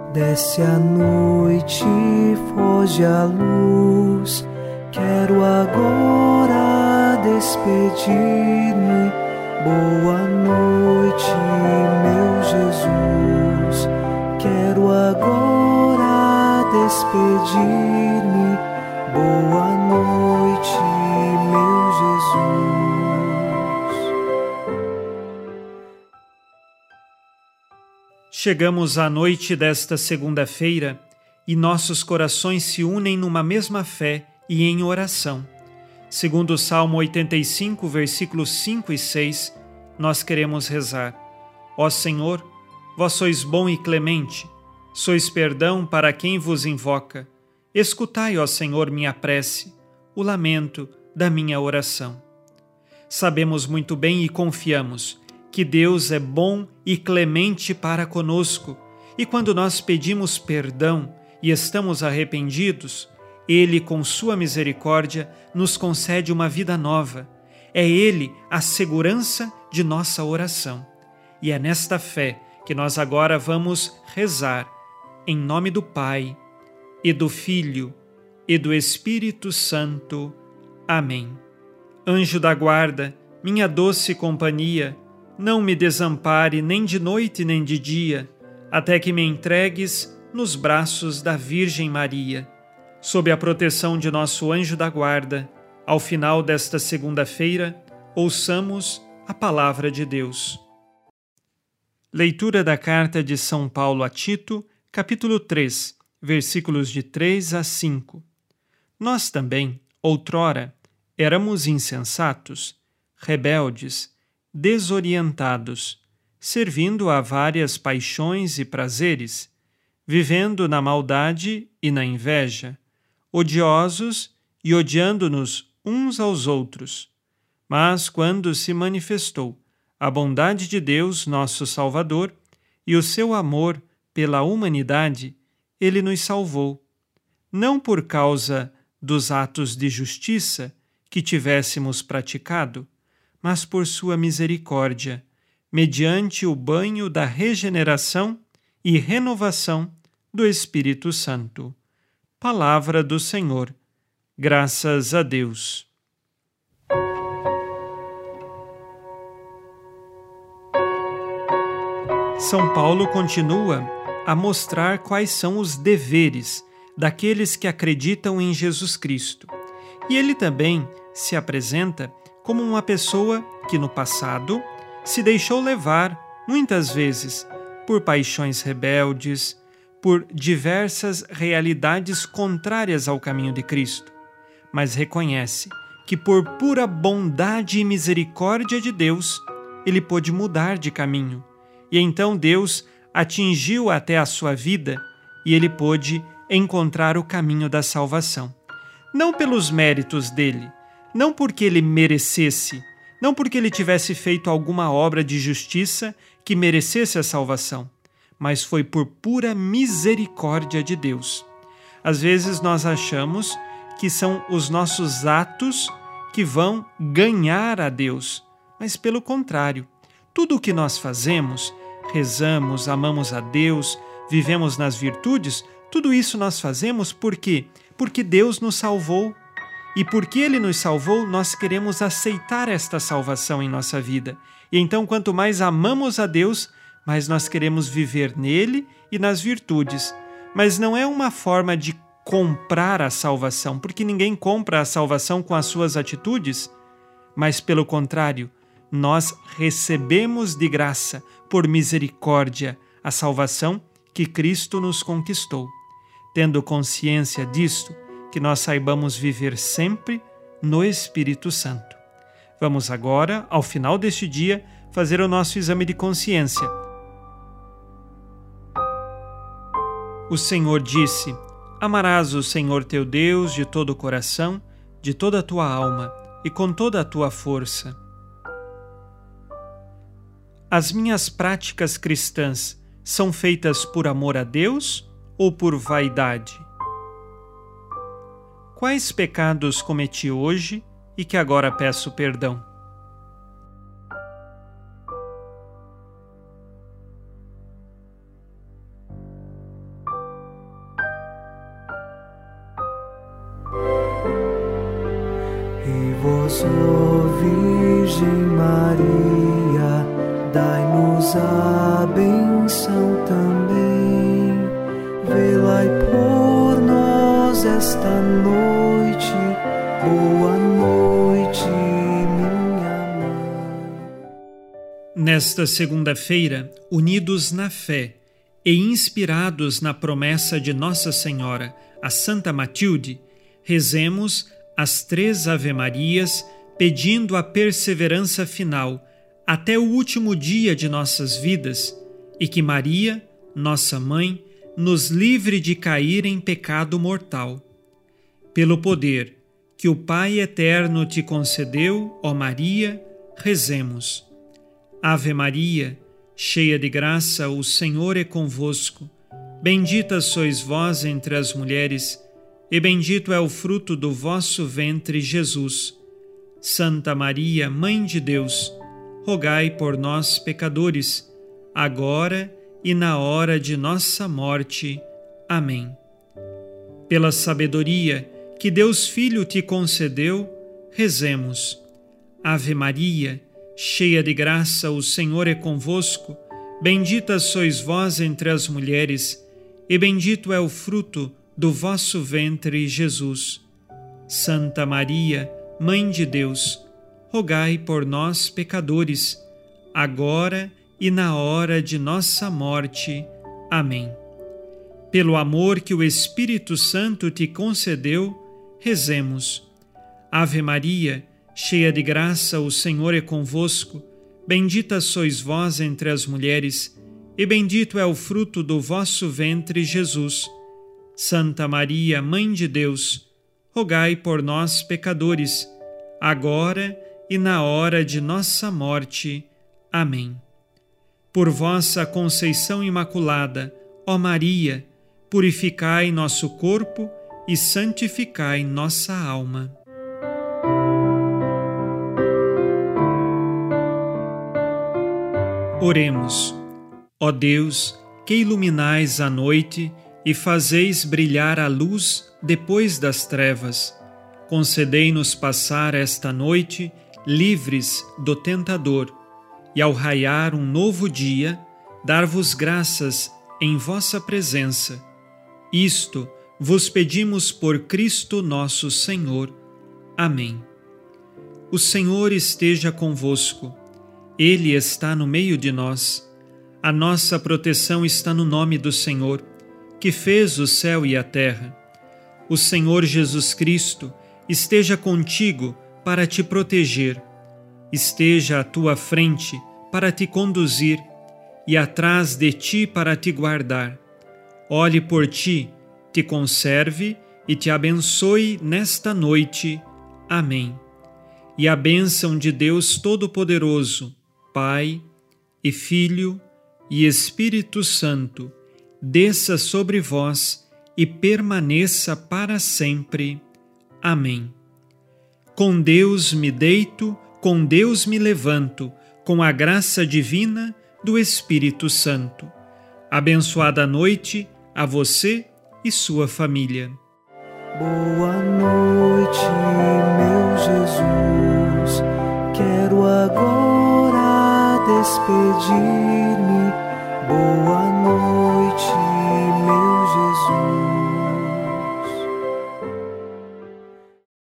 Desce a noite, foge a luz. Quero agora despedir-me. Boa noite, meu Jesus. Quero agora despedir-me. Boa noite, meu Jesus. Chegamos à noite desta segunda-feira e nossos corações se unem numa mesma fé e em oração. Segundo o Salmo 85, versículos 5 e 6, nós queremos rezar: Ó Senhor, vós sois bom e clemente, sois perdão para quem vos invoca. Escutai, ó Senhor, minha prece, o lamento da minha oração. Sabemos muito bem e confiamos que Deus é bom e clemente para conosco, e quando nós pedimos perdão e estamos arrependidos, Ele, com sua misericórdia, nos concede uma vida nova. É Ele a segurança de nossa oração. E é nesta fé que nós agora vamos rezar, em nome do Pai, e do Filho, e do Espírito Santo. Amém. Anjo da guarda, minha doce companhia, não me desampare nem de noite nem de dia, até que me entregues nos braços da Virgem Maria. Sob a proteção de nosso anjo da guarda, ao final desta segunda-feira, ouçamos a palavra de Deus. Leitura da carta de São Paulo a Tito, capítulo 3, versículos de 3 a 5. Nós também, outrora, éramos insensatos, rebeldes, desorientados, servindo a várias paixões e prazeres, vivendo na maldade e na inveja, odiosos e odiando-nos uns aos outros. Mas quando se manifestou a bondade de Deus, nosso Salvador, e o seu amor pela humanidade, Ele nos salvou, não por causa dos atos de justiça que tivéssemos praticado, mas por sua misericórdia, mediante o banho da regeneração e renovação do Espírito Santo. Palavra do Senhor. Graças a Deus. São Paulo continua a mostrar quais são os deveres daqueles que acreditam em Jesus Cristo. E ele também se apresenta como uma pessoa que no passado se deixou levar, muitas vezes, por paixões rebeldes, por diversas realidades contrárias ao caminho de Cristo, mas reconhece que por pura bondade e misericórdia de Deus, ele pôde mudar de caminho, e então Deus atingiu até a sua vida e ele pôde encontrar o caminho da salvação. Não pelos méritos dele, não porque ele merecesse, não porque ele tivesse feito alguma obra de justiça que merecesse a salvação, mas foi por pura misericórdia de Deus. Às vezes nós achamos que são os nossos atos que vão ganhar a Deus, mas pelo contrário, tudo o que nós fazemos, rezamos, amamos a Deus, vivemos nas virtudes, tudo isso nós fazemos por quê? Porque Deus nos salvou. E porque Ele nos salvou, nós queremos aceitar esta salvação em nossa vida. E então, quanto mais amamos a Deus, mais nós queremos viver nele e nas virtudes. Mas não é uma forma de comprar a salvação, porque ninguém compra a salvação com as suas atitudes, mas, pelo contrário, nós recebemos de graça, por misericórdia, a salvação que Cristo nos conquistou. Tendo consciência disto, que nós saibamos viver sempre no Espírito Santo. Vamos agora, ao final deste dia, fazer o nosso exame de consciência. O Senhor disse: Amarás o Senhor teu Deus de todo o coração, de toda a tua alma e com toda a tua força. As minhas práticas cristãs são feitas por amor a Deus ou por vaidade? Quais pecados cometi hoje e que agora peço perdão? Vós, ó Virgem Maria, dai-nos a benção também. Velai por nós esta noite. Boa noite, minha mãe. Nesta segunda-feira, unidos na fé e inspirados na promessa de Nossa Senhora, a Santa Matilde, rezemos as 3 Ave-Marias, pedindo a perseverança final até o último dia de nossas vidas e que Maria, nossa Mãe, nos livre de cair em pecado mortal. Pelo poder que o Pai Eterno te concedeu, ó Maria, rezemos. Ave Maria, cheia de graça, o Senhor é convosco. Bendita sois vós entre as mulheres, e bendito é o fruto do vosso ventre, Jesus. Santa Maria, Mãe de Deus, rogai por nós, pecadores, agora e na hora de nossa morte. Amém. Pela sabedoria que Deus Filho te concedeu, rezemos. Ave Maria, cheia de graça, o Senhor é convosco. Bendita sois vós entre as mulheres, e bendito é o fruto do vosso ventre, Jesus. Santa Maria, Mãe de Deus, rogai por nós, pecadores, agora e na hora de nossa morte. Amém. Pelo amor que o Espírito Santo te concedeu, rezemos. Ave Maria, cheia de graça, o Senhor é convosco. Bendita sois vós entre as mulheres, e bendito é o fruto do vosso ventre, Jesus. Santa Maria, Mãe de Deus, rogai por nós, pecadores, agora e na hora de nossa morte. Amém. Por vossa conceição imaculada, ó Maria, purificai nosso corpo e santificai nossa alma. Oremos. Ó Deus, que iluminais a noite e fazeis brilhar a luz depois das trevas, concedei-nos passar esta noite livres do tentador e, ao raiar um novo dia, dar-vos graças em vossa presença. Isto vos pedimos por Cristo nosso Senhor. Amém. O Senhor esteja convosco. Ele está no meio de nós. A nossa proteção está no nome do Senhor, que fez o céu e a terra. O Senhor Jesus Cristo esteja contigo para te proteger. Esteja à tua frente para te conduzir e atrás de ti para te guardar. Olhe por ti, te conserve e te abençoe nesta noite. Amém. E a bênção de Deus Todo-Poderoso, Pai e Filho e Espírito Santo, desça sobre vós e permaneça para sempre. Amém. Com Deus me deito, com Deus me levanto, com a graça divina do Espírito Santo. Abençoada noite a você e sua família. Boa noite, meu Jesus. Quero agora despedir-me. Boa noite,